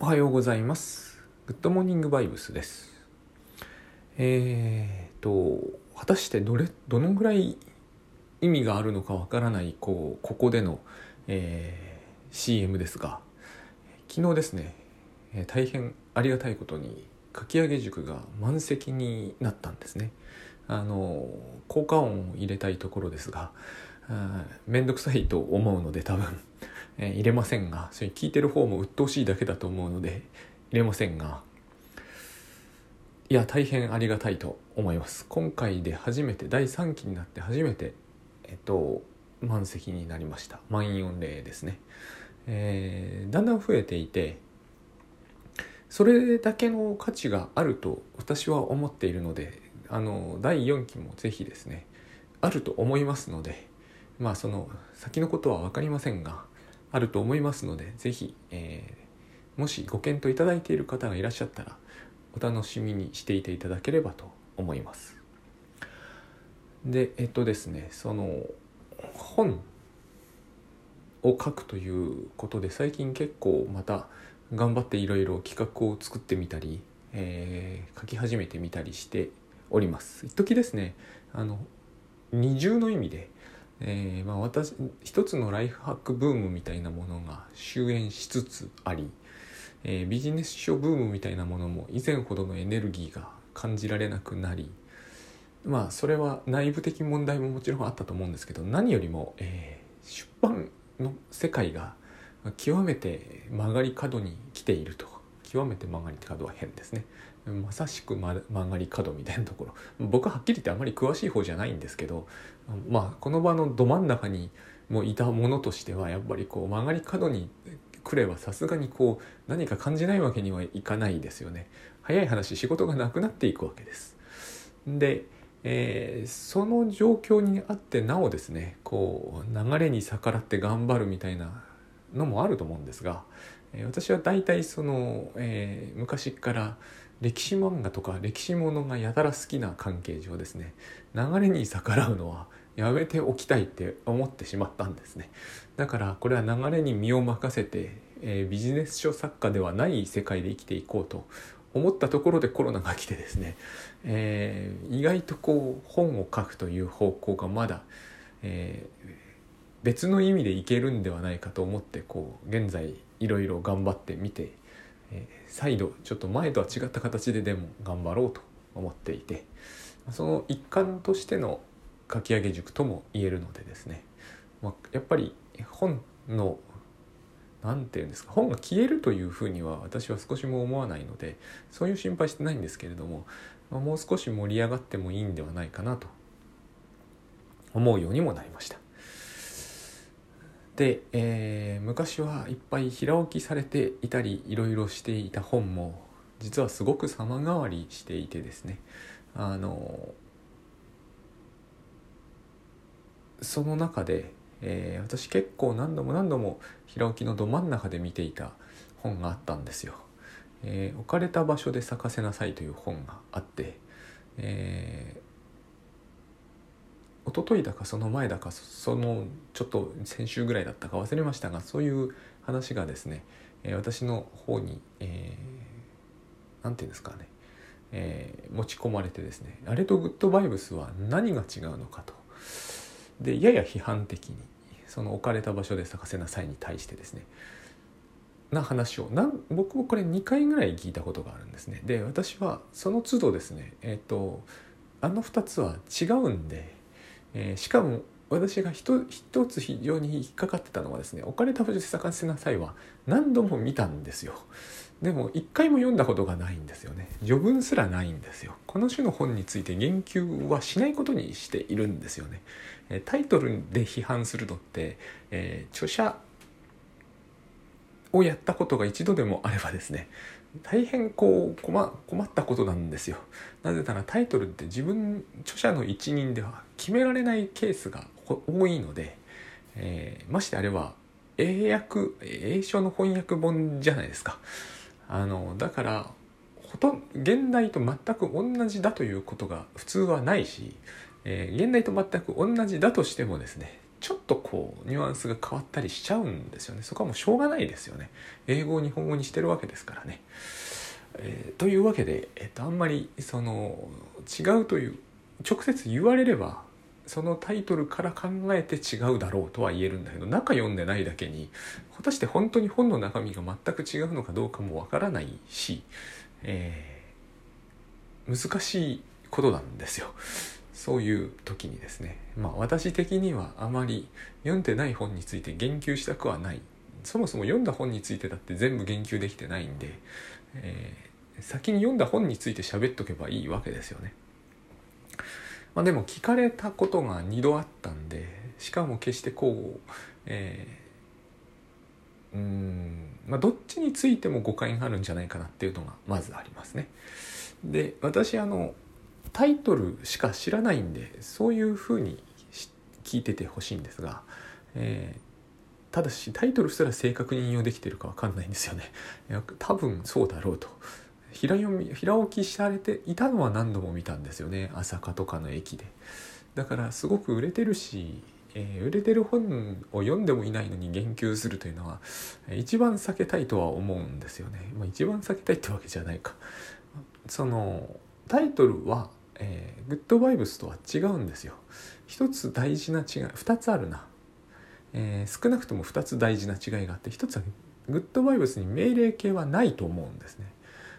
おはようございます。グッドモーニングバイブスです。果たしてどのぐらい意味があるのかわからないここでの、CM ですが、昨日ですね、大変ありがたいことにかき上げ塾が満席になったんですね。効果音を入れたいところですが、めんどくさいと思うので多分入れませんが、それ聞いてる方も鬱陶しいだけだと思うので入れませんが、いや大変ありがたいと思います。今回で初めて第3期になって初めて満席になりました。満員御礼ですね。だんだん増えていて、それだけの価値があると私は思っているので、第4期もぜひですねあると思いますので、その先のことは分かりませんがあると思いますので、ぜひ、もしご検討いただいている方がいらっしゃったらお楽しみにしていていただければと思います。でですね、その本を書くということで最近結構また頑張っていろいろ企画を作ってみたり、書き始めてみたりしております。一時ですね、二重の意味で、私一つのライフハックブームみたいなものが終焉しつつあり、ビジネス書ブームみたいなものも以前ほどのエネルギーが感じられなくなり、それは内部的問題ももちろんあったと思うんですけど、何よりも、出版の世界が極めて曲がり角に来ていると。極めて曲がり角は変ですね。まさしく曲がり角みたいなところ、僕ははっきり言ってあまり詳しい方じゃないんですけど、この場のど真ん中にもいたものとしてはやっぱり曲がり角に来ればさすがに何か感じないわけにはいかないですよね。早い話、仕事がなくなっていくわけです。で、その状況にあってなおですね、流れに逆らって頑張るみたいなのもあると思うんですが、私は大体昔から歴史漫画とか歴史ものがやたら好きな関係上ですね、流れに逆らうのはやめておきたいって思ってしまったんですね。だからこれは流れに身を任せて、ビジネス書作家ではない世界で生きていこうと思ったところでコロナが来てですね、意外と本を書くという方向がまだ、別の意味でいけるんではないかと思って現在いろいろ頑張ってみて、再度ちょっと前とは違った形ででも頑張ろうと思っていて、その一環としての書き上げ塾とも言えるのでですね、やっぱり本のなんていうんですか、本が消えるというふうには私は少しも思わないので、そういう心配してないんですけれども、もう少し盛り上がってもいいんではないかなと思うようにもなりました。で、昔はいっぱい平置きされていたりいろいろしていた本も実はすごく様変わりしていてですね、その中で、私結構何度も平置きのど真ん中で見ていた本があったんですよ。置かれた場所で咲かせなさいという本があって、一昨日だかその前だかそのちょっと先週ぐらいだったか忘れましたが、そういう話がですね、私の方に、なんていうんですかね、持ち込まれてですね、あれとグッドバイブスは何が違うのかと。でやや批判的にその置かれた場所で咲かせなさいに対してですねな話を僕もこれ2回ぐらい聞いたことがあるんですね。で私はその都度ですね、あの2つは違うんで、しかも私が一つ非常に引っかかってたのはですね、置かれた場所で咲かせなさいは何度も見たんですよ。でも一回も読んだことがないんですよね。序文すらないんですよ。この種の本について言及はしないことにしているんですよね。タイトルで批判するのって、著者をやったことが一度でもあればですね、大変困ったことなんですよ。なぜならタイトルって著者の一人では決められないケースが多いので、ましてあれは英書の翻訳本じゃないですか。だから現代と全く同じだということが普通はないし、現代と全く同じだとしてもですね、 ちょっとこうニュアンスが変わったりしちゃうんですよね。そこはもうしょうがないですよね。英語を日本語にしてるわけですからね。というわけで、あんまりその違うという直接言われればそのタイトルから考えて違うだろうとは言えるんだけど、中読んでないだけに果たして本当に本の中身が全く違うのかどうかもわからないし、難しいことなんですよ。そういう時にですね、私的にはあまり読んでない本について言及したくはない。そもそも読んだ本についてだって全部言及できてないんで、先に読んだ本について喋っとけばいいわけですよね。でも聞かれたことが2度あったんで、しかも決してこう、どっちについても誤解があるんじゃないかなっていうのがまずありますね。で、私タイトルしか知らないんでそういうふうに聞いててほしいんですが、ただしタイトルすら正確に引用できてるか分かんないんですよね。多分そうだろうと平置きされていたのは何度も見たんですよね、朝霞とかの駅で。だからすごく売れてるし、売れてる本を読んでもいないのに言及するというのは一番避けたいとは思うんですよね。一番避けたいってわけじゃないか。そのタイトルはグッドバイブスとは違うんですよ。一つ大事な違い、2つあるな、少なくとも2つ大事な違いがあって、一つはグッドバイブスに命令形はないと思うんですね。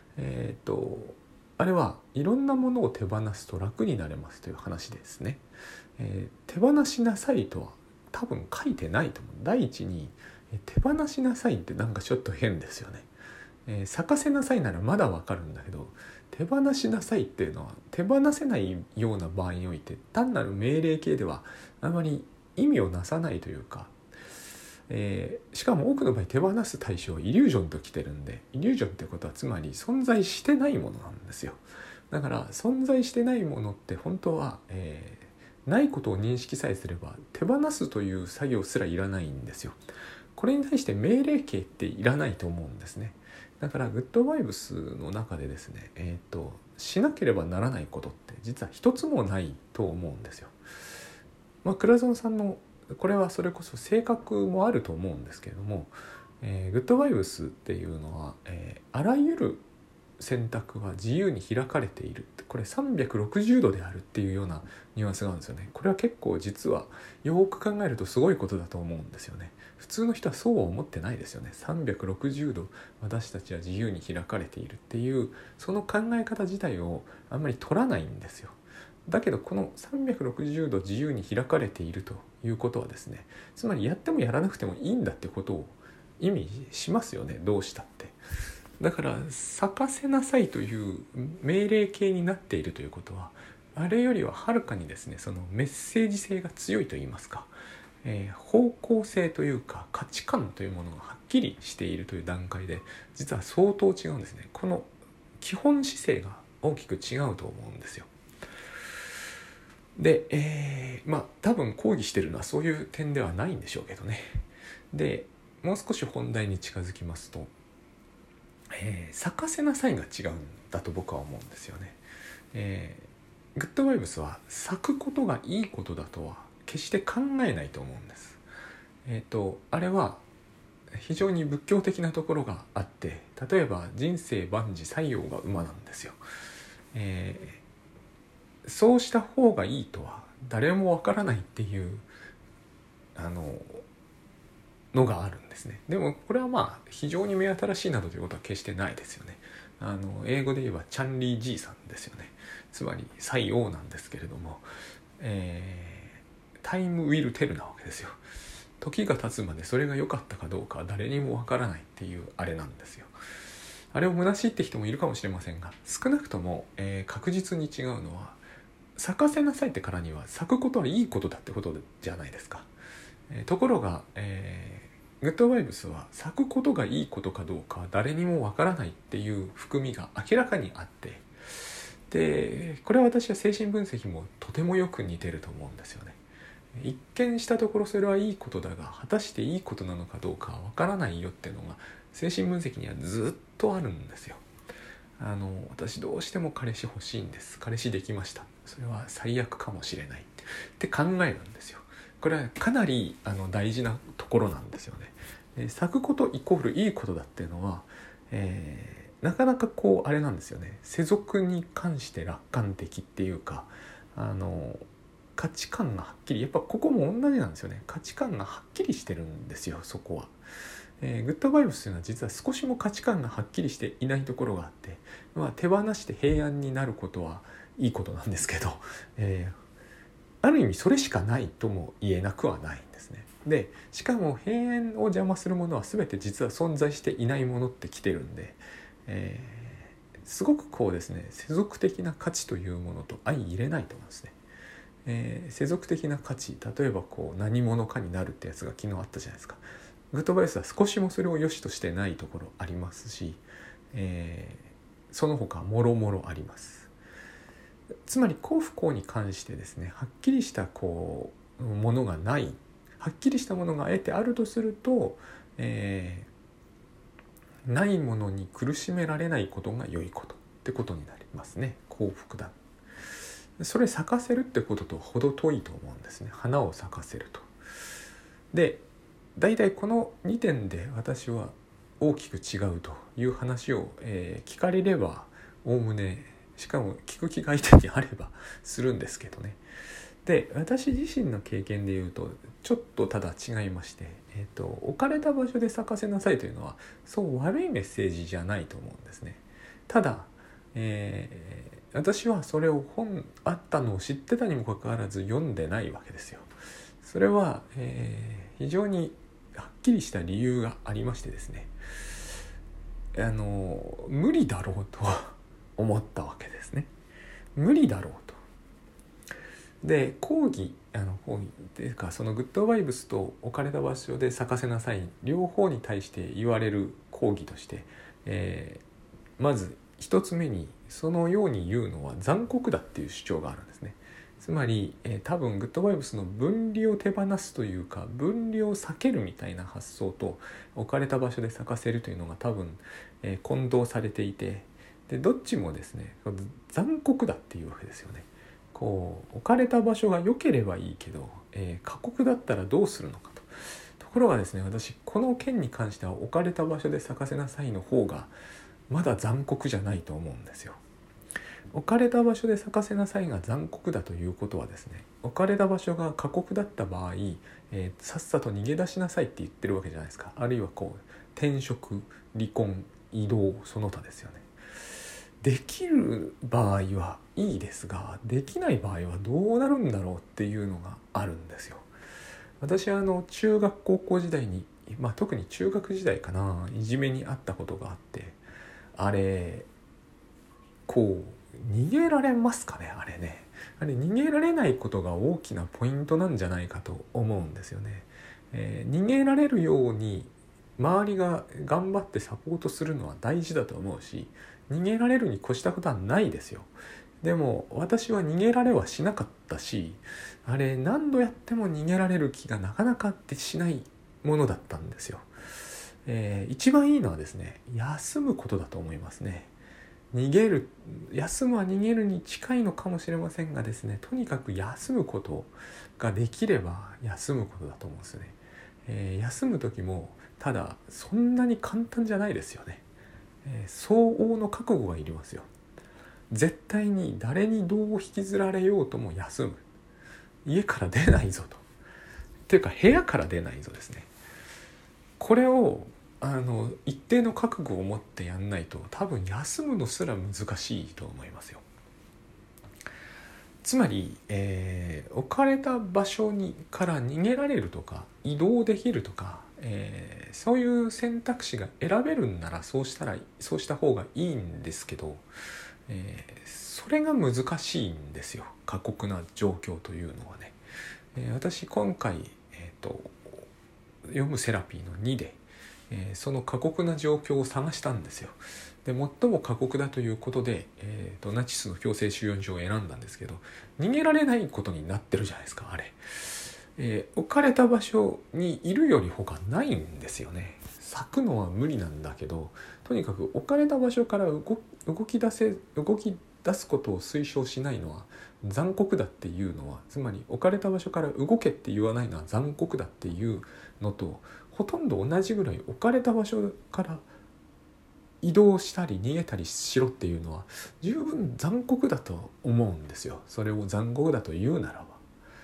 あれはいろんなものを手放すと楽になれますという話ですね。手放しなさいとは多分書いてないと思う。第一に手放しなさいってなんかちょっと変ですよね。咲かせなさいならまだわかるんだけど、手放しなさいっていうのは手放せないような場合において単なる命令形ではあまり意味をなさないというか、しかも多くの場合手放す対象はイリュージョンときてるんで、イリュージョンってことはつまり存在してないものなんですよ。だから存在してないものって本当は、ないことを認識さえすれば手放すという作業すらいらないんですよ。これに対して命令形っていらないと思うんですね。だからグッドバイブスの中でですね、しなければならないことって実は一つもないと思うんですよ。倉園さんのこれはそれこそ性格もあると思うんですけれども、グッドバイブスっていうのは、あらゆる選択は自由に開かれている、これ360度であるっていうようなニュアンスがあるんですよね。これは結構実はよく考えるとすごいことだと思うんですよね。普通の人はそうは思ってないですよね。360度私たちは自由に開かれているっていうその考え方自体をあんまり取らないんですよ。だけどこの360度自由に開かれているということはですね、つまりやってもやらなくてもいいんだってことを意味しますよね。どうしたって。だから咲かせなさいという命令形になっているということはあれよりははるかにですね、そのメッセージ性が強いといいますか、方向性というか価値観というものがはっきりしているという段階で実は相当違うんですね。この基本姿勢が大きく違うと思うんですよ。で、多分抗議してるのはそういう点ではないんでしょうけどね。でもう少し本題に近づきますと、咲かせなさいが違うんだと僕は思うんですよね。グッドバイブスは咲くことがいいことだとは決して考えないと思うんです。あれは非常に仏教的なところがあって、例えば人生万事西洋が馬なんですよ。そうした方がいいとは誰もわからないっていうのがあるんですね。でもこれは非常に目新しいなどということは決してないですよね。英語で言えばチャンリー・ジーさんですよね。つまり西王なんですけれども、タイム・ウィル・テルなわけですよ。時が経つまでそれが良かったかどうかは誰にもわからないっていうあれなんですよ。あれを虚しいって人もいるかもしれませんが、少なくとも、確実に違うのは咲かせなさいってからには咲くことはいいことだってことじゃないですか。ところが、グッドバイブスは咲くことがいいことかどうかは誰にもわからないっていう含みが明らかにあって、でこれは私は精神分析もとてもよく似てると思うんですよね。一見したところそれはいいことだが果たしていいことなのかどうかはわからないよっていうのが精神分析にはずっとあるんですよ。私どうしても彼氏欲しいんです、彼氏できました、それは最悪かもしれないって考えるんですよ。 これはかなり大事なところなんですよね。咲くことイコールいいことだっていうのは、なかなかあれなんですよね。世俗に関して楽観的っていうか、価値観がはっきり、やっぱここも同じなんですよね。価値観がはっきりしてるんですよ、そこは。グッドバイブスというのは実は少しも価値観がはっきりしていないところがあって、手放して平安になることはいいことなんですけど、ある意味それしかないとも言えなくはないんですね。でしかも平安を邪魔するものは全て実は存在していないものって来てるんで、すごくですね、世俗的な価値というものと相入れないと思うんですね。世俗的な価値、例えば何者かになるってやつが昨日あったじゃないですか。グッドバイブスは少しもそれを良しとしてないところありますし、その他もろもろあります。つまり幸不幸に関してですね、はっきりしたものがない、はっきりしたものがあえてあるとすると、ないものに苦しめられないことが良いことってことになりますね。幸福だ。それ咲かせるってことと程遠いと思うんですね。花を咲かせると。で、大体この2点で私は大きく違うという話を、聞かれればおおむね、しかも聞く気が相手にあればするんですけどね。で、私自身の経験で言うとちょっとただ違いまして、置かれた場所で咲かせなさいというのはそう悪いメッセージじゃないと思うんですね。ただ、私はそれを本あったのを知ってたにもかかわらず読んでないわけですよ。それは、非常にはっきりした理由がありましてですね、無理だろうと思ったわけですね。無理だろうと。で、講義っていうか、そのグッドバイブスと置かれた場所で咲かせなさい両方に対して言われる講義として、まず一つ目にそのように言うのは残酷だっていう主張があるんですね。つまり、多分グッドバイブスの分離を手放すというか、分離を避けるみたいな発想と置かれた場所で咲かせるというのが多分、混同されていて、でどっちもですね残酷だっていうわけですよね。置かれた場所が良ければいいけど、過酷だったらどうするのかと。ところがですね、私この件に関しては置かれた場所で咲かせなさいの方がまだ残酷じゃないと思うんですよ。置かれた場所で咲かせなさいが残酷だということはですね、置かれた場所が過酷だった場合、さっさと逃げ出しなさいって言ってるわけじゃないですか。あるいは転職、離婚、移動、その他ですよね。できる場合はいいですが、できない場合はどうなるんだろうっていうのがあるんですよ。私は中学高校時代に、特に中学時代かな、いじめにあったことがあって、あれ逃げられますかね。あれ逃げられないことが大きなポイントなんじゃないかと思うんですよね。逃げられるように周りが頑張ってサポートするのは大事だと思うし、逃げられるに越したことはないですよ。でも私は逃げられはしなかったし、あれ何度やっても逃げられる気がなかなかしないものだったんですよ。一番いいのはですね、休むことだと思いますね。休むは逃げるに近いのかもしれませんがですね、とにかく休むことができれば休むことだと思うんですね。休む時もただそんなに簡単じゃないですよね。相応の覚悟がいりますよ。絶対に誰にどう引きずられようとも休む。家から出ないぞと。っていうか部屋から出ないぞですね。これを一定の覚悟を持ってやんないと多分休むのすら難しいと思いますよ。つまり、置かれた場所から逃げられるとか移動できるとか、そういう選択肢が選べるんならそうした方がいいんですけど、それが難しいんですよ。過酷な状況というのはね。私今回、読むセラピーの2でその過酷な状況を探したんですよ。で最も過酷だということで、ナチスの強制収容所を選んだんですけど、逃げられないことになってるじゃないですかあれ。置かれた場所にいるより他ないんですよね。咲くのは無理なんだけど、とにかく置かれた場所から動き出すことを推奨しないのは残酷だっていうのは、つまり置かれた場所から動けって言わないのは残酷だっていうのとほとんど同じぐらい、置かれた場所から移動したり逃げたりしろっていうのは十分残酷だと思うんですよ。それを残酷だと言うならば、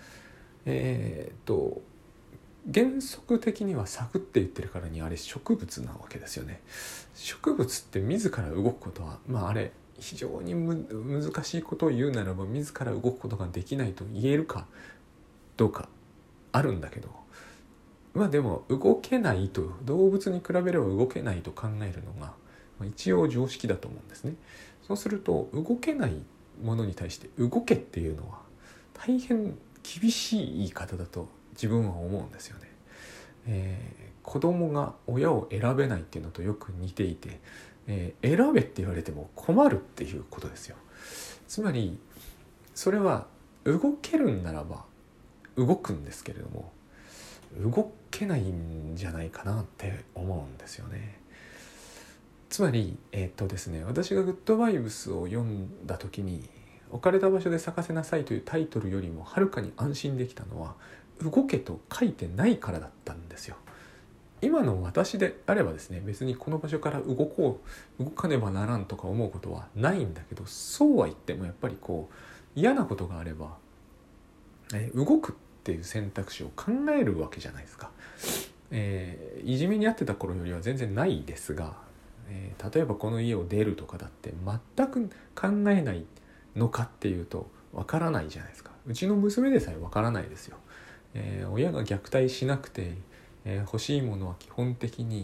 原則的には柵って言ってるからにあれ植物なわけですよね。植物って自ら動くことはあれ非常に難しいことを言うならば、自ら動くことができないと言えるかどうかあるんだけど、でも動けないと、動物に比べれば動けないと考えるのが一応常識だと思うんですね。そうすると動けないものに対して動けっていうのは大変厳しい言い方だと自分は思うんですよね。子供が親を選べないっていうのとよく似ていて、選べって言われても困るっていうことですよ。つまりそれは動けるんならば動くんですけれども、動けないんじゃないかなって思うんですよね。つまりですね、私がグッドバイブスを読んだ時に、置かれた場所で咲かせなさいというタイトルよりもはるかに安心できたのは、動けと書いてないからだったんですよ。今の私であればですね、別にこの場所から動かねばならんとか思うことはないんだけど、そうは言ってもやっぱり嫌なことがあれば、動くっていう選択肢を考えるわけじゃないですか。いじめに遭ってた頃よりは全然ないですが、例えばこの家を出るとかだって全く考えないのかっていうとわからないじゃないですか。うちの娘でさえわからないですよ。親が虐待しなくて、欲しいものは基本的に、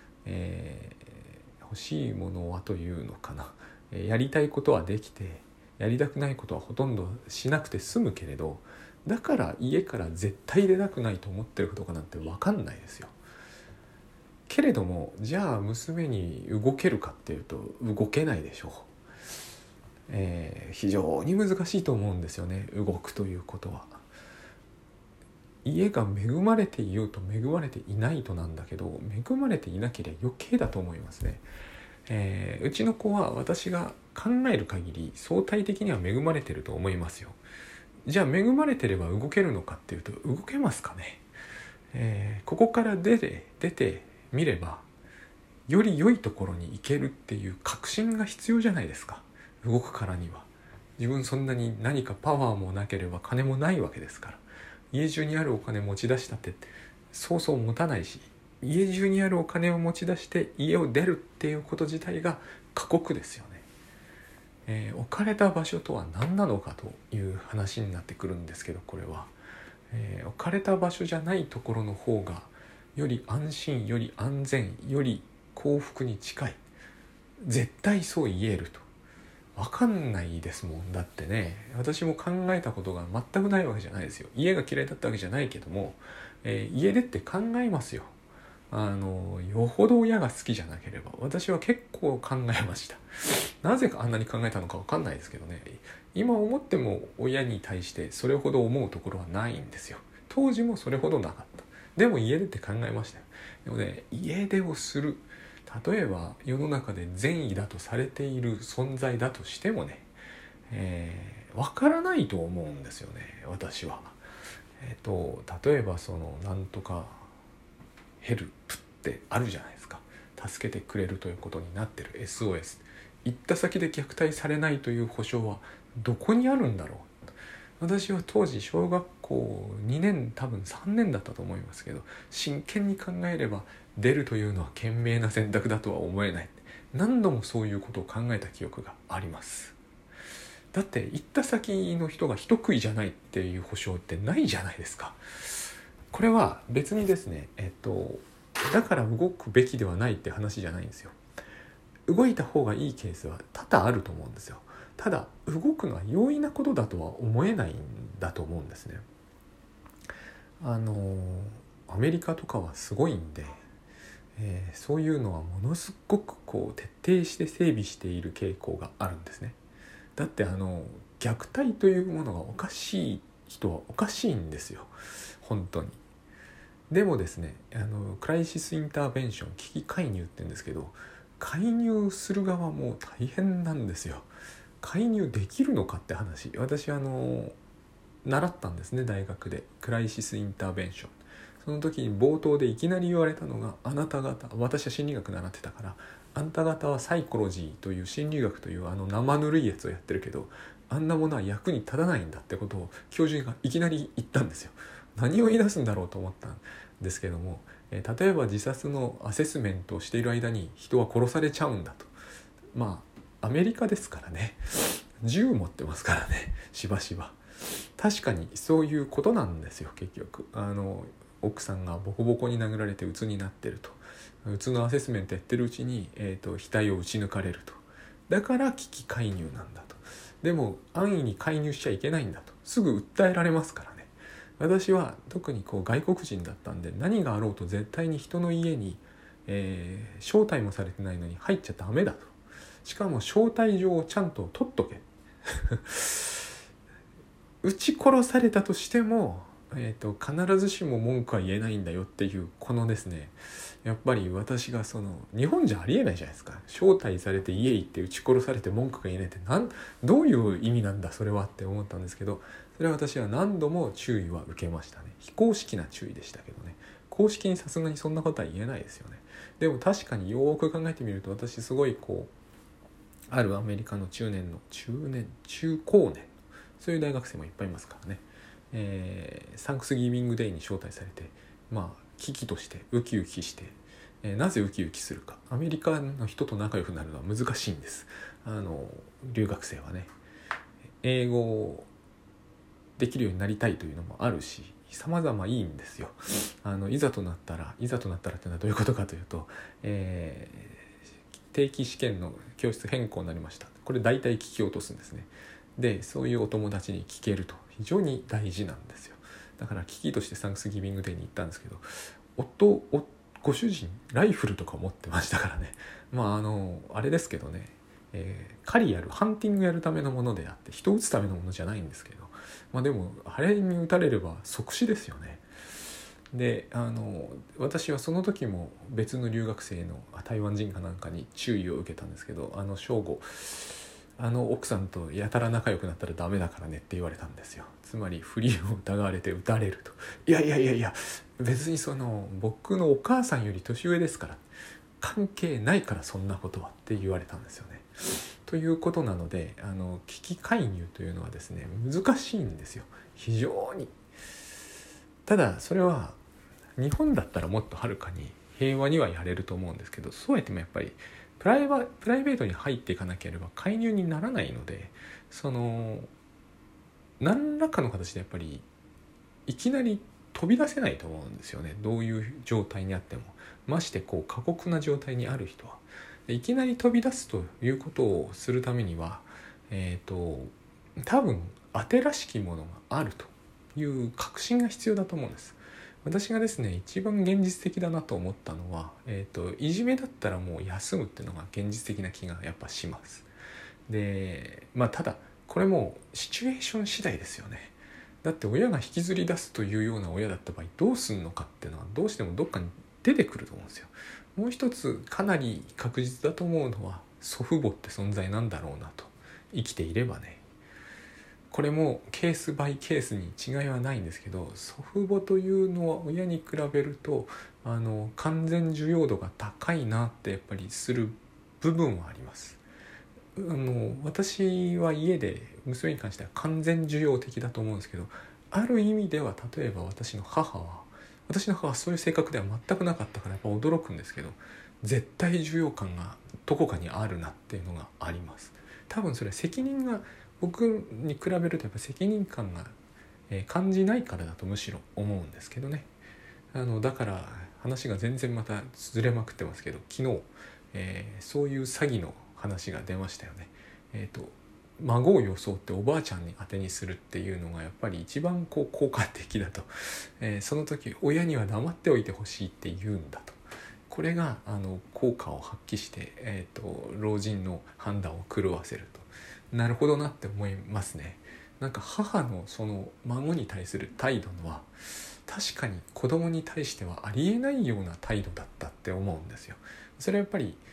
欲しいものはというのかな、やりたいことはできて、やりたくないことはほとんどしなくて済むけれど、だから家から絶対出たくないと思ってることかなんて分かんないですよ。けれどもじゃあ娘に動けるかっていうと動けないでしょう。非常に難しいと思うんですよね、動くということは。家が恵まれていようと恵まれていないとなんだけど、恵まれていなければ余計だと思いますね。うちの子は私が考える限り相対的には恵まれてると思いますよ。じゃあ恵まれてれば動けるのかっていうと動けますかね。ここから出てみればより良いところに行けるっていう確信が必要じゃないですか。動くからには自分そんなに何かパワーもなければ金もないわけですから、家中にあるお金持ち出したってそうそう持たないし、家中にあるお金を持ち出して家を出るっていうこと自体が過酷ですよね。置かれた場所とは何なのかという話になってくるんですけど、これは、置かれた場所じゃないところの方がより安心、より安全、より幸福に近い、絶対そう言えると。分かんないですもん。だってね、私も考えたことが全くないわけじゃないですよ。家が嫌いだったわけじゃないけども、家出って考えますよ。よほど親が好きじゃなければ。私は結構考えました。なぜかあんなに考えたのか分かんないですけどね、今思っても親に対してそれほど思うところはないんですよ。当時もそれほどなかった。でも家出って考えましたよ。でもね、家出をする、例えば世の中で善意だとされている存在だとしてもね、わからないと思うんですよね、私は。例えばなんとかヘルプってあるじゃないですか。助けてくれるということになってる SOS。 行った先で虐待されないという保証はどこにあるんだろう。私は当時小学校2年多分3年だったと思いますけど、真剣に考えれば出るというのは賢明な選択だとは思えない。何度もそういうことを考えた記憶があります。だって行った先の人が人食いじゃないっていう保証ってないじゃないですか。これは別にですね、だから動くべきではないって話じゃないんですよ。動いた方がいいケースは多々あると思うんですよ。ただ動くのは容易なことだとは思えないんだと思うんですね。アメリカとかはすごいんで、そういうのはものすごく徹底して整備している傾向があるんですね。だって虐待というものがおかしい人はおかしいんですよ、本当に。でもですね、クライシスインターベンション、危機介入って言うんですけど、介入する側も大変なんですよ。 介入できるのかって話。私習ったんですね、大学で。クライシスインターベンション。その時に冒頭でいきなり言われたのが、あなた方、私は心理学習ってたから、あんた方はサイコロジーという心理学という生ぬるいやつをやってるけど、あんなものは役に立たないんだってことを教授がいきなり言ったんですよ。何を言い出すんだろうと思ったんですけども、例えば自殺のアセスメントをしている間に人は殺されちゃうんだと。まあアメリカですからね、銃持ってますからね、しばしば。確かにそういうことなんですよ。結局奥さんがボコボコに殴られて鬱になってると。鬱のアセスメントやってるうちに、額を打ち抜かれると。だから危機介入なんだと。でも安易に介入しちゃいけないんだと。すぐ訴えられますからね。私は特に外国人だったんで、何があろうと絶対に人の家に、招待もされてないのに入っちゃダメだと。しかも招待状をちゃんと取っとけ撃ち殺されたとしても、必ずしも文句は言えないんだよっていう、このですね、やっぱり私が日本じゃありえないじゃないですか。招待されて家行って撃ち殺されて文句が言えないってどういう意味なんだそれはって思ったんですけど、それは私は何度も注意は受けましたね。非公式な注意でしたけどね。公式にさすがにそんなことは言えないですよね。でも確かによく考えてみると、私すごいあるアメリカの中高年、そういう大学生もいっぱいいますからね、サンクスギビングデーに招待されて、危機としてウキウキして、なぜウキウキするか。アメリカの人と仲良くなるのは難しいんです。留学生はね、英語をできるようになりたいというのもあるし、様々いいんですよ。いざとなったらっていうのはどういうことかというと、定期試験の教室変更になりました。これ大体聞き落とすんですね。で、そういうお友達に聞けると非常に大事なんですよ。だから危機としてサンクスギビングデーに行ったんですけど、ご主人ライフルとか持ってましたからね。あれですけどね、狩りやるハンティングやるためのものであって、人を撃つためのものじゃないんですけど、でもあれに撃たれれば即死ですよね。で私はその時も別の留学生の台湾人かなんかに注意を受けたんですけど、正吾奥さんとやたら仲良くなったらダメだからねって言われたんですよ。つまり不倫を疑われて撃たれると。いや別に僕のお母さんより年上ですから、関係ないからそんなことはって言われたんですよね。ということなので、危機介入というのはですね、難しいんですよ、非常に。ただそれは日本だったらもっとはるかに平和にはやれると思うんですけど、そうやってもやっぱりプライベートに入っていかなければ介入にならないので、何らかの形でやっぱりいきなり飛び出せないと思うんですよね。どういう状態にあっても、まして過酷な状態にある人は。いきなり飛び出すということをするためには、多分当てらしきものがあるという確信が必要だと思うんです。私がですね、一番現実的だなと思ったのは、いじめだったらもう休むっていうのが現実的な気がやっぱします。で、ただこれもシチュエーション次第ですよね。だって親が引きずり出すというような親だった場合どうすんのかっていうのはどうしてもどっかに出てくると思うんですよ。もう一つかなり確実だと思うのは、祖父母って存在なんだろうなと。生きていればね。これもケースバイケースに違いはないんですけど、祖父母というのは親に比べると完全受容度が高いなってやっぱりする部分はあります。私は家で娘に関しては完全受容的だと思うんですけど、ある意味では例えば私の母はそういう性格では全くなかったからやっぱ驚くんですけど、絶対受容感がどこかにあるなっていうのがあります。多分それは責任が僕に比べるとやっぱ責任感が感じないからだとむしろ思うんですけどね。だから話が全然またずれまくってますけど、昨日、そういう詐欺の話が出ましたよね。孫を装っておばあちゃんに当てにするっていうのがやっぱり一番効果的だと、その時親には黙っておいてほしいって言うんだと。これが効果を発揮して、老人の判断を狂わせると。なるほどなって思いますね。なんか母のその孫に対する態度は確かに子供に対してはありえないような態度だったって思うんですよ。それはやっぱり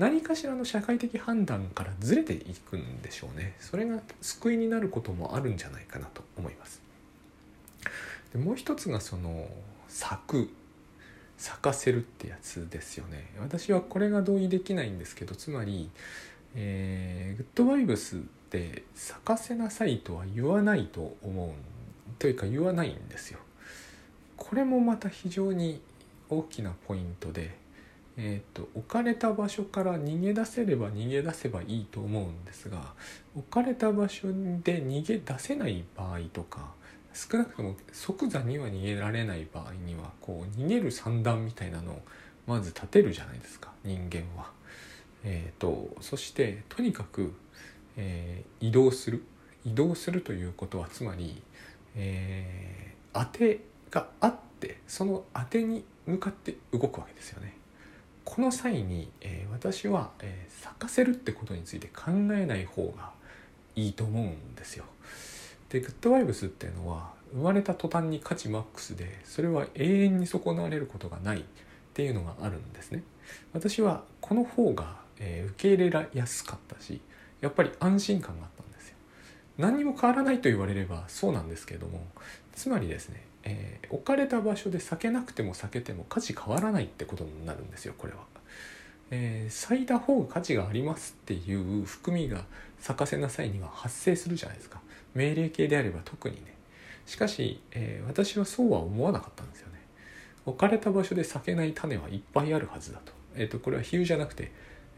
何かしらの社会的判断からずれていくんでしょうね。それが救いになることもあるんじゃないかなと思います。でもう一つがその咲かせるってやつですよね。私はこれが同意できないんですけど、つまり、グッドバイブスって咲かせなさいとは言わないと思うというか言わないんですよ。これもまた非常に大きなポイントで、置かれた場所から逃げ出せれば逃げ出せばいいと思うんですが、置かれた場所で逃げ出せない場合とか、少なくとも即座には逃げられない場合にはこう逃げる算段みたいなのをまず立てるじゃないですか、人間は。そしてとにかく、移動するということは、つまり、当てがあってその当てに向かって動くわけですよね。この際に、私は、咲かせるってことについて考えない方がいいと思うんですよ。でグッドバイブスっていうのは生まれた途端に価値マックスで、それは永遠に損なわれることがないっていうのがあるんですね。私はこの方が、受け入れやすかったし、やっぱり安心感があったんですよ。何にも変わらないと言われればそうなんですけれども、つまりですね、置かれた場所で避けなくても避けても価値変わらないってことになるんですよ、これは。咲いた方が価値がありますっていう含みが咲かせなさいには発生するじゃないですか。命令形であれば特にね。しかし、私はそうは思わなかったんですよね。置かれた場所で咲けない種はいっぱいあるはずだと。これは比喩じゃなくて、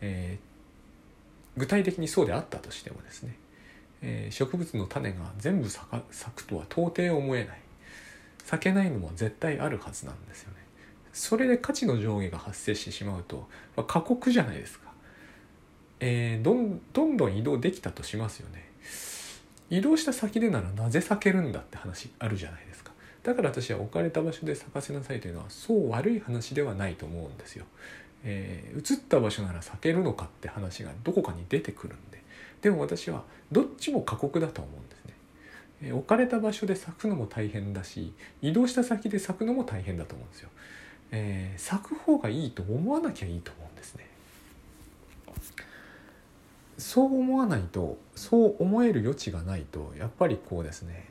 具体的にそうであったとしてもですね、植物の種が全部咲くとは到底思えない。咲けないのも絶対あるはずなんですよね。それで価値の上下が発生してしまうと、過酷じゃないですか。どんどん移動できたとしますよね。移動した先でならなぜ咲けるんだって話あるじゃないですか。だから私は置かれた場所で咲かせなさいというのはそう悪い話ではないと思うんですよ。移った場所なら咲けるのかって話がどこかに出てくるんで。でも私はどっちも過酷だと思うんですね。置かれた場所で咲くのも大変だし、移動した先で咲くのも大変だと思うんですよ。咲く方がいいと思わなきゃいいと思うんですね。そう思わないと、そう思える余地がないと、やっぱりこうですね、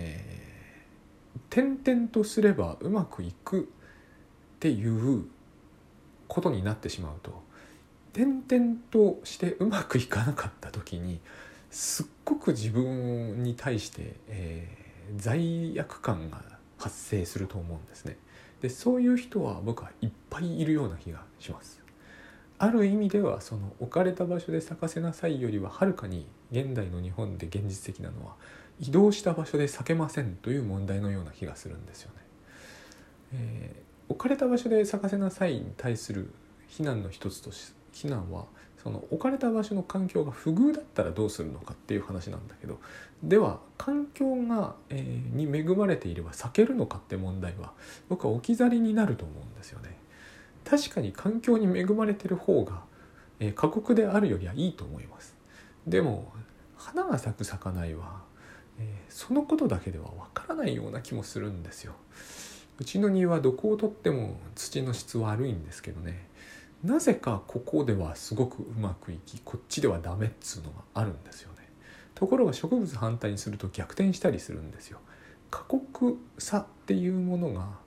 転々とすればうまくいくっていうことになってしまうと、転々としてうまくいかなかった時にすっごく自分に対して、罪悪感が発生すると思うんですね。でそういう人は僕はいっぱいいるような気がします。ある意味ではその置かれた場所で咲かせなさいよりははるかに現代の日本で現実的なのは、移動した場所で咲けませんという問題のような気がするんですよね。置かれた場所で咲かせなさいに対する非難の一つとして、非難はその置かれた場所の環境が不遇だったらどうするのかっていう話なんだけど、では環境が、に恵まれていれば咲けるのかって問題は僕は置き去りになると思うんですよね。確かに環境に恵まれてる方が、過酷であるよりはいいと思います。でも花が咲く咲かないは、そのことだけではわからないような気もするんですよ。うちの庭どこをとっても土の質悪いんですけどね、なぜかここではすごくうまくいき、こっちではダメっつうのがあるんですよね。ところが植物反対にすると逆転したりするんですよ。過酷さっていうものが、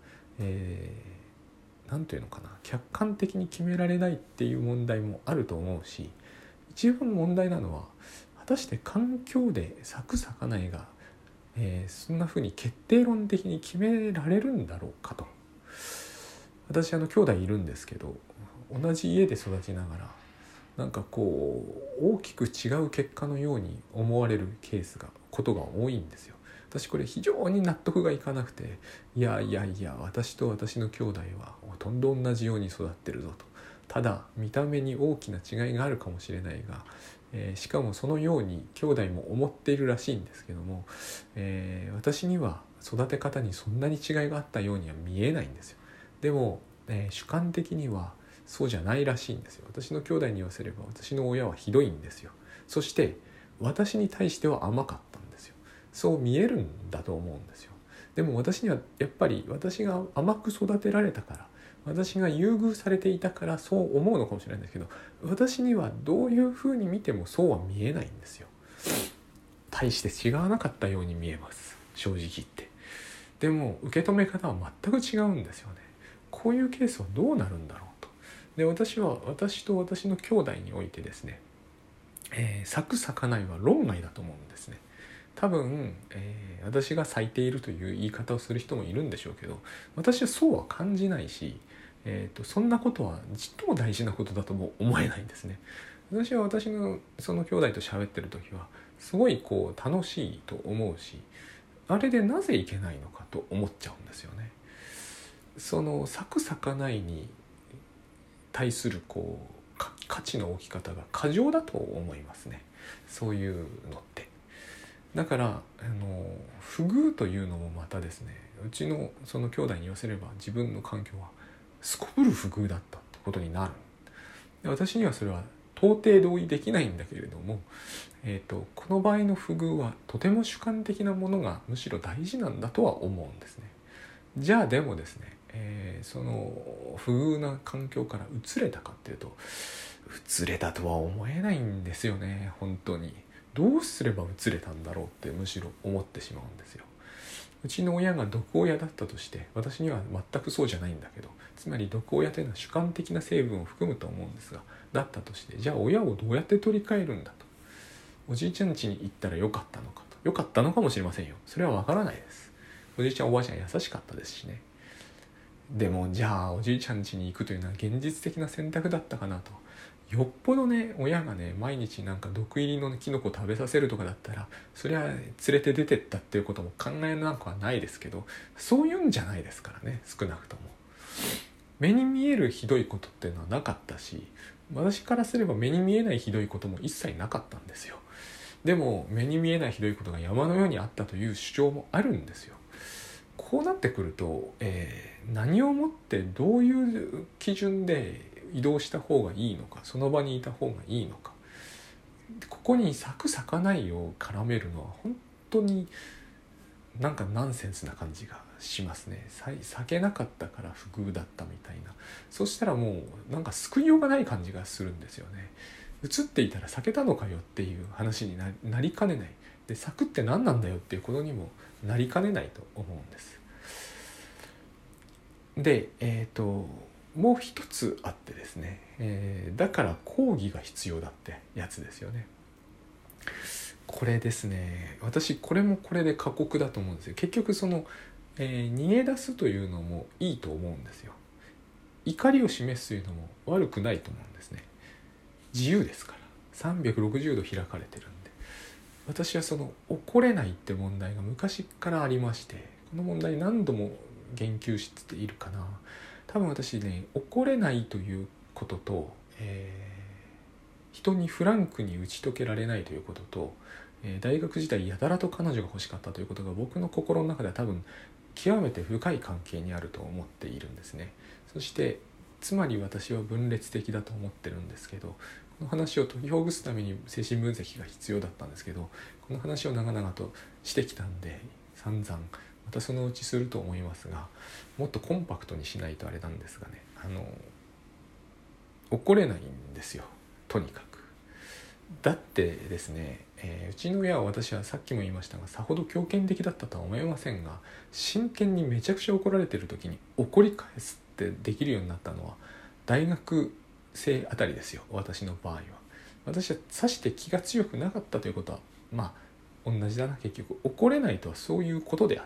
なんていうのかな、客観的に決められないっていう問題もあると思うし、一番問題なのは果たして環境で咲く咲かないが、そんな風に決定論的に決められるんだろうかと。私兄弟いるんですけど、同じ家で育ちながらなんかこう大きく違う結果のように思われることが多いんですよ。私これ非常に納得がいかなくて、いや私と私の兄弟はほとんど同じように育ってるぞと。ただ見た目に大きな違いがあるかもしれないが、しかもそのように兄弟も思っているらしいんですけども、私には育て方にそんなに違いがあったようには見えないんですよ。でも、主観的にはそうじゃないらしいんですよ。私の兄弟に言わせれば私の親はひどいんですよ。そして私に対しては甘かったんですよ。そう見えるんだと思うんですよ。でも私にはやっぱり私が甘く育てられたから、 私が優遇されていたからそう思うのかもしれないんですけど、私にはどういうふうに見てもそうは見えないんですよ。大して違わなかったように見えます、正直言って。でも受け止め方は全く違うんですよね。こういうケースはどうなるんだろうと。で、私と私の兄弟においてですね、咲く咲かないは論外だと思うんですね。多分、私が咲いているという言い方をする人もいるんでしょうけど、私はそうは感じないし、そんなことはちっとも大事なことだとも思えないんですね。私は私のその兄弟と喋ってる時はすごいこう楽しいと思うし、あれでなぜいけないのかと思っちゃうんですよね。その咲く咲かないに対するこう価値の置き方が過剰だと思いますね、そういうのって。だから不遇というのもまたですね、うちのその兄弟に言わせれば自分の環境はすこぶる不遇だったってことになる。で、私にはそれは到底同意できないんだけれども、この場合の不遇はとても主観的なものがむしろ大事なんだとは思うんですね。じゃあでもですね、その不遇な環境から移れたかっていうと、移れたとは思えないんですよね。本当にどうすれば移れたんだろうってむしろ思ってしまうんですよ。うちの親が毒親だったとして、私には全くそうじゃないんだけど、つまり毒親というのは主観的な成分を含むと思うんですが、だったとして、じゃあ親をどうやって取り替えるんだと。おじいちゃん家に行ったらよかったのかと。よかったのかもしれませんよ。それはわからないです。おじいちゃんおばあちゃん優しかったですしね。でもじゃあおじいちゃん家に行くというのは現実的な選択だったかなと。よっぽどね、親がね毎日なんか毒入りのキノコ食べさせるとかだったら、そりゃ連れて出てったっていうことも考えなくはないですけど、そういうんじゃないですからね。少なくとも目に見えるひどいことっていうのはなかったし、私からすれば目に見えないひどいことも一切なかったんですよ。でも目に見えないひどいことが山のようにあったという主張もあるんですよ。こうなってくると、何をもってどういう基準で移動した方がいいのか、その場にいた方がいいのか、ここに咲く咲かないを絡めるのは本当になんかナンセンスな感じがしますね。咲けなかったから不遇だったみたいな。そしたらもうなんか救いようがない感じがするんですよね。映っていたら咲けたのかよっていう話になりかねない。で、咲くって何なんだよっていうことにもなりかねないと思うんです。で、もう一つあってですね、だから講義が必要だってやつですよね。これですね、私これもこれで過酷だと思うんですよ。結局その、逃げ出すというのもいいと思うんですよ。怒りを示すというのも悪くないと思うんですね。自由ですから360度開かれてるんで。私はその怒れないって問題が昔からありまして、この問題何度も言及しているかな。多分私ね、怒れないということと、人にフランクに打ち解けられないということと、大学時代やたらと彼女が欲しかったということが僕の心の中では多分極めて深い関係にあると思っているんですね。そしてつまり私は分裂的だと思ってるんですけど、この話を解きほぐすために精神分析が必要だったんですけど、この話を長々としてきたんで散々またそのうちすると思いますが、もっとコンパクトにしないとあれなんですがね、怒れないんですよ、とにかく。だってですね、うちの親は、私はさっきも言いましたがさほど強権的だったとは思いませんが、真剣にめちゃくちゃ怒られてる時に怒り返すってできるようになったのは大学生あたりですよ、私の場合は。私はさして気が強くなかったということはまあ同じだな。結局怒れないとはそういうことであって、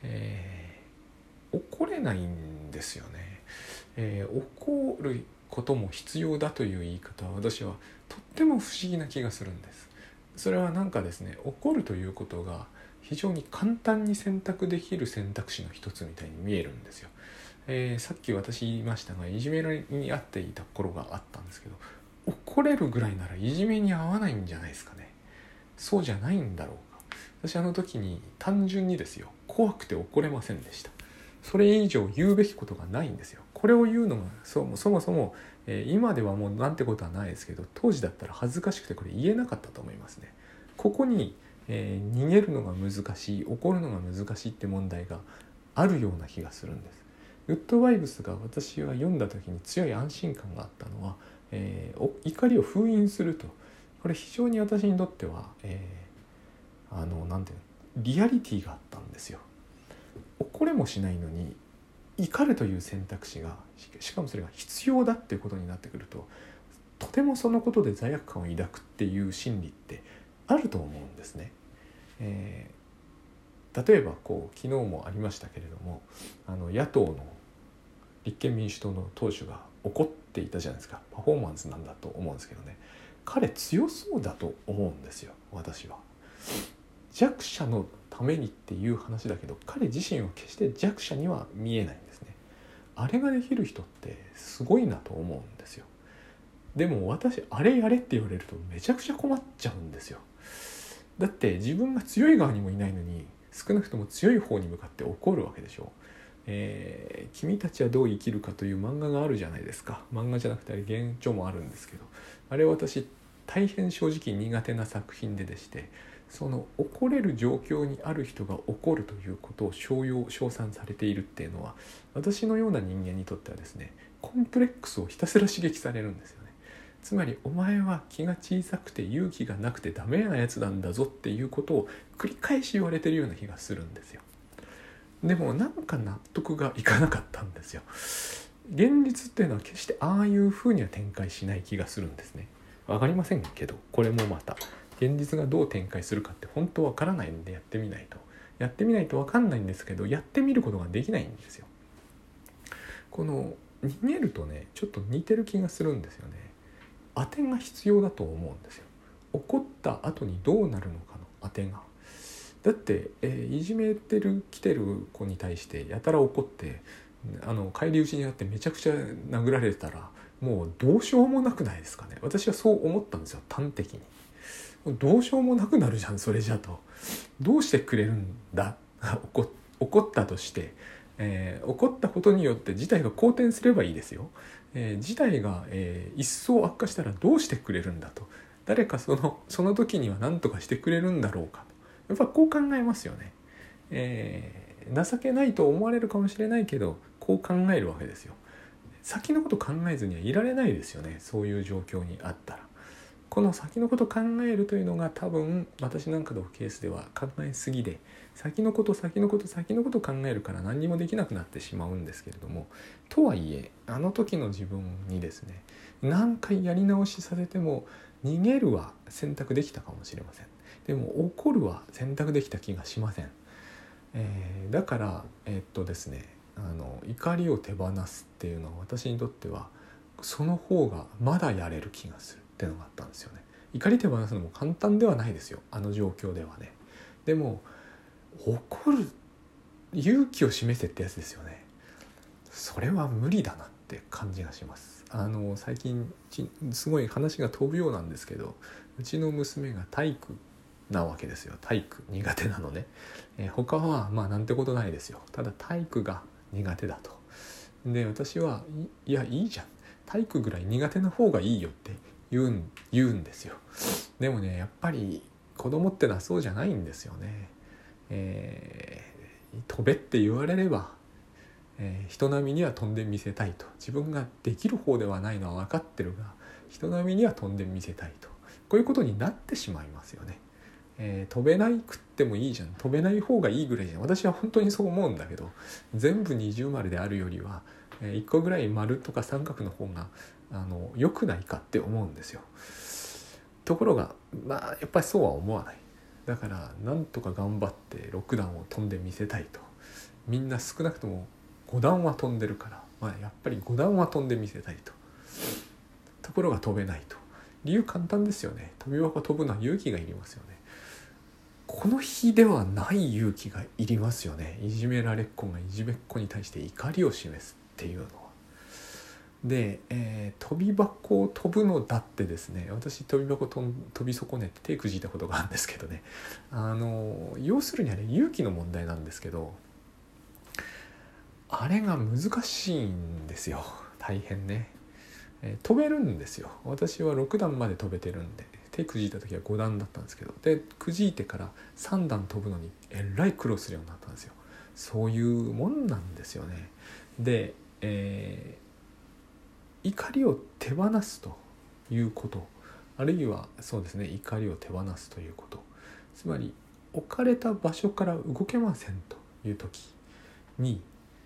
怒れないんですよね。怒ることも必要だという言い方は私はとっても不思議な気がするんです。それはなんかですね、怒るということが非常に簡単に選択できる選択肢の一つみたいに見えるんですよ。さっき私言いましたが、いじめに遭っていた頃があったんですけど、怒れるぐらいならいじめに遭わないんじゃないですかね。そうじゃないんだろうか。私あの時に単純にですよ、怖くて怒れませんでした。それ以上言うべきことがないんですよ。これを言うのがそもそも、今ではもうなんてことはないですけど、当時だったら恥ずかしくてこれ言えなかったと思いますね。ここに、逃げるのが難しい、怒るのが難しいって問題があるような気がするんです。 グッドバイブスが私は読んだ時に強い安心感があったのは、怒りを封印すると、これ非常に私にとっては、なんていうの、リアリティがあったんですよ。怒れもしないのに怒るという選択肢が、しかもそれが必要だっていうことになってくると、とてもそのことで罪悪感を抱くっていう心理ってあると思うんですね。例えば昨日もありましたけれども、野党の立憲民主党の党首が怒っていたじゃないですか。パフォーマンスなんだと思うんですけどね、彼強そうだと思うんですよ。私は弱者のためにっていう話だけど、彼自身は決して弱者には見えないんですね。あれができる人ってすごいなと思うんですよ。でも私、あれやれって言われるとめちゃくちゃ困っちゃうんですよ。だって自分が強い側にもいないのに、少なくとも強い方に向かって怒るわけでしょ。君たちはどう生きるかという漫画があるじゃないですか。漫画じゃなくてあれ原著もあるんですけど、あれ私大変正直苦手な作品でして、その怒れる状況にある人が怒るということを称賛されているっていうのは、私のような人間にとってはですね、コンプレックスをひたすら刺激されるんですよね。つまりお前は気が小さくて勇気がなくてダメなやつなんだぞっていうことを繰り返し言われてるような気がするんですよ。でもなんか納得がいかなかったんですよ。現実っていうのは決してああいう風には展開しない気がするんですね。わかりませんけど、これもまた現実がどう展開するかって本当わからないんで、やってみないとわかんないんですけど、やってみることができないんですよ。この逃げるとね、ちょっと似てる気がするんですよね。当てが必要だと思うんですよ。怒った後にどうなるのかの当てが。だって、いじめてる来てる子に対してやたら怒って返り討ちにあってめちゃくちゃ殴られたら、もうどうしようもなくないですかね。私はそう思ったんですよ。端的にどうしようもなくなるじゃんそれじゃと。どうしてくれるんだ怒ったとして、怒ったことによって事態が好転すればいいですよ。事態が、一層悪化したらどうしてくれるんだと。誰かその時には何とかしてくれるんだろうかと。やっぱこう考えますよね。情けないと思われるかもしれないけど、こう考えるわけですよ。先のこと考えずにはいられないですよね。そういう状況にあったら。この先のことを考えるというのが多分私なんかのケースでは考えすぎで、先のことを考えるから何にもできなくなってしまうんですけれども、とはいえあの時の自分にですね、何回やり直しさせても逃げるは選択できたかもしれません。でも怒るは選択できた気がしません。だからですね、怒りを手放すっていうのは私にとってはその方がまだやれる気がするっていうのがあったんですよね。怒り手放すのも簡単ではないですよ、あの状況ではね。でも怒る勇気を示せってやつですよね。それは無理だなって感じがします。最近すごい話が飛ぶようなんですけど、うちの娘が体育なわけですよ。体育苦手なのね。他はまあなんてことないですよ。ただ体育が苦手だと。で私はいやいいじゃん、体育ぐらい苦手な方がいいよって言うんですよ。でもね、やっぱり子供ってのはそうじゃないんですよね。飛べって言われれば、人並みには飛んでみせたいと。自分ができる方ではないのは分かってるが、人並みには飛んでみせたいと。こういうことになってしまいますよね。飛べないくってもいいじゃん、飛べない方がいいぐらいじゃん。私は本当にそう思うんだけど、全部二重丸であるよりは、1個ぐらい丸とか三角の方が良くないかって思うんですよ。ところがやっぱりそうは思わない。だからなんとか頑張って6段を飛んでみせたいと。みんな少なくとも5段は飛んでるから、やっぱり5段は飛んでみせたいと。ところが飛べないと。理由簡単ですよね。飛び箱飛ぶのは勇気がいりますよね。この日ではない勇気がいりますよね。いじめられっ子がいじめっ子に対して怒りを示すっていうのは。で、飛び箱を飛ぶのだってですね、私飛び箱飛び損ねて手くじいたことがあるんですけどね、要するにあれ勇気の問題なんですけど、あれが難しいんですよ。大変ね。飛べるんですよ。私は6段まで飛べてるんで、手くじいた時は5段だったんですけど、でくじいてから3段飛ぶのにえらい苦労するようになったんですよ。そういうもんなんですよね。 で、怒りを手放すということ、あるいはそうですね、怒りを手放すということ、つまり置かれた場所から動けませんという時に、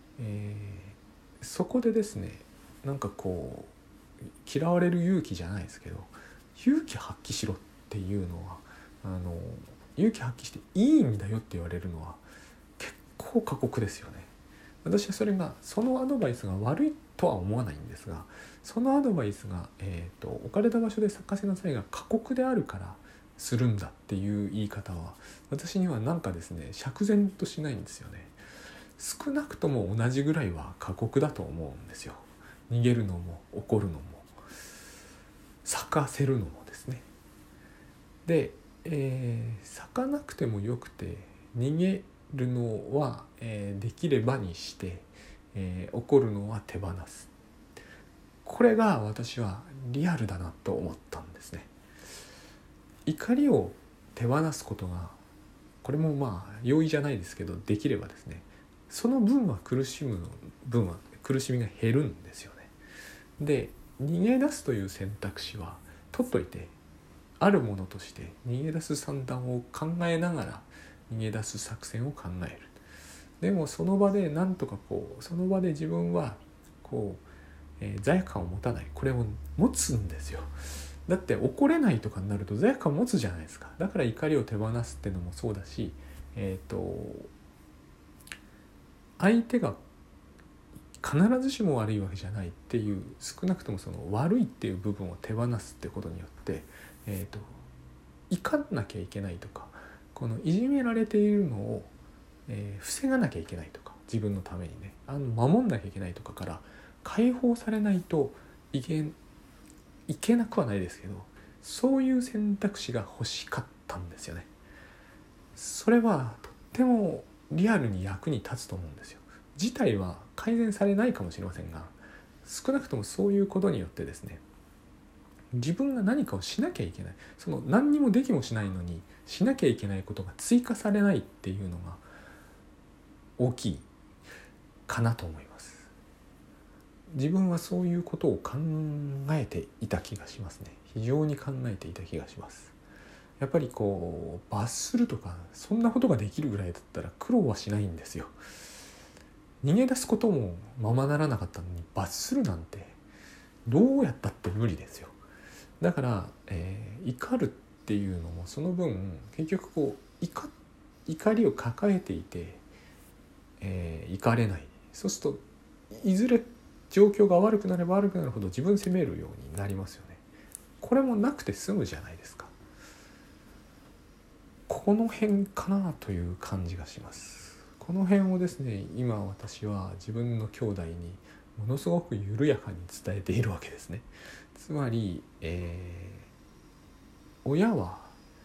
そこでですね、なんかこう嫌われる勇気じゃないですけど、勇気発揮しろっていうのは勇気発揮していいんだよって言われるのは結構過酷ですよね。私はそのアドバイスが悪いとは思わないんですが、そのアドバイスが、置かれた場所で咲かせなさいが過酷であるからするんだっていう言い方は私にはなんかですね、釈然としないんですよね。少なくとも同じぐらいは過酷だと思うんですよ。逃げるのも怒るのも咲かせるのもですね。で、咲かなくてもよくて逃げるのは、できればにして、怒るのは手放す。これが私はリアルだなと思ったんですね。怒りを手放すことが、これもまあ容易じゃないですけど、できればですね、その分は苦しみが減るんですよね。で、逃げ出すという選択肢は取っといて、あるものとして逃げ出す算段を考えながら逃げ出す作戦を考える。でもその場でなんとかその場で自分は罪悪感を持たない、これを持つんですよ。だって怒れないとかになると罪悪感を持つじゃないですか。だから怒りを手放すっていうのもそうだし、相手が必ずしも悪いわけじゃないっていう、少なくともその悪いっていう部分を手放すってことによって、怒んなきゃいけないとか、このいじめられているのを、防がなきゃいけないとか、自分のためにね守んなきゃいけないとかから解放されないといけなくはないですけど、そういう選択肢が欲しかったんですよね。それはとってもリアルに役に立つと思うんですよ。事態は改善されないかもしれませんが、少なくともそういうことによってですね、自分が何かをしなきゃいけない、その何にもできもしないのにしなきゃいけないことが追加されないっていうのが大きいかなと思います。自分はそういうことを考えていた気がしますね。非常に考えていた気がします。やっぱり罰するとかそんなことができるぐらいだったら苦労はしないんですよ。逃げ出すこともままならなかったのに罰するなんてどうやったって無理ですよ。だから、怒るっていうのもその分結局怒りを抱えていて、怒れない。そうするといずれ状況が悪くなれば悪くなるほど自分責めるようになりますよね。これもなくて済むじゃないですか。この辺かなという感じがします。この辺をですね、今私は自分の兄弟にものすごく緩やかに伝えているわけですね。つまり、親は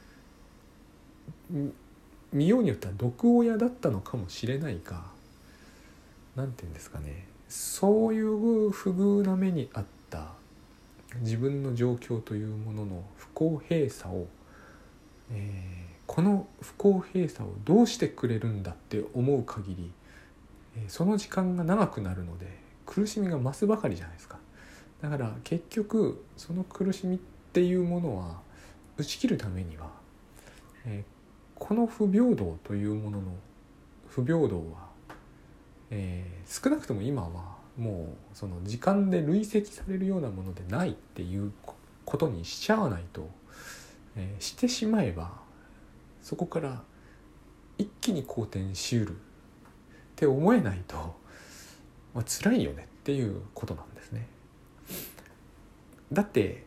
見ようによっては毒親だったのかもしれないが、なんていうんですかね、そういう不遇な目にあった自分の状況というものの不公平さを、この不公平さをどうしてくれるんだって思う限り、その時間が長くなるので苦しみが増すばかりじゃないですか。だから結局その苦しみっていうものは打ち切るためには、この不平等というものの不平等は、少なくとも今はもうその時間で累積されるようなものでないっていうことにしちゃわないと、してしまえばそこから一気に好転しうるって思えないと、辛いよねっていうことなんですね。だって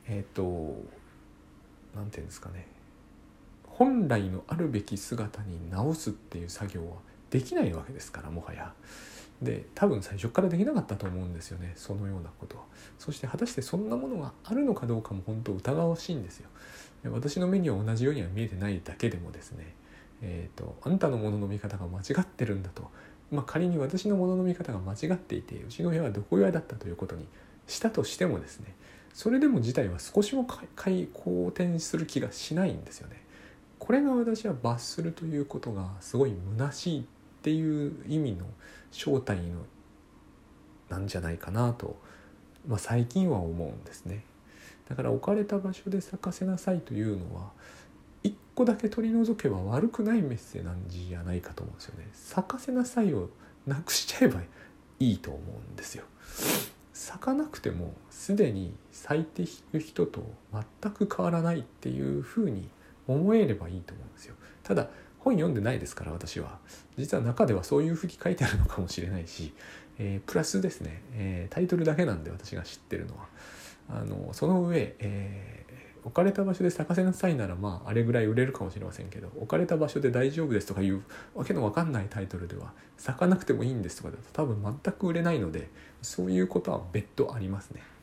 なんていうんですかね、本来のあるべき姿に直すっていう作業はできないわけですから、もはや。で、多分最初からできなかったと思うんですよね、そのようなことは。そして果たしてそんなものがあるのかどうかも本当疑わしいんですよ。私の目には同じようには見えてないだけでもですね、あんたのものの見方が間違ってるんだと、仮に私のものの見方が間違っていて、うちの親は毒親だったということにしたとしてもですね、それでも事態は少しも好転する気がしないんですよね。これが私は罰するということがすごい虚しいっていう意味の正体のなんじゃないかなと、最近は思うんですね。だから置かれた場所で咲かせなさいというのは一個だけ取り除けば悪くないメッセージなんじゃないかと思うんですよね。咲かせなさいをなくしちゃえばいいと思うんですよ。咲かなくてもすでに咲いていく人と全く変わらないっていうふうに思えればいいと思うんですよ。ただ本読んでないですから私は実は中ではそういうふうに書いてあるのかもしれないし、プラスですね、タイトルだけなんで私が知ってるのはその上、置かれた場所で咲かせなさいならあれぐらい売れるかもしれませんけど、置かれた場所で大丈夫ですとかいうわけのわかんないタイトルでは咲かなくてもいいんですとかだと多分全く売れないので、そういうことは別途ありますね。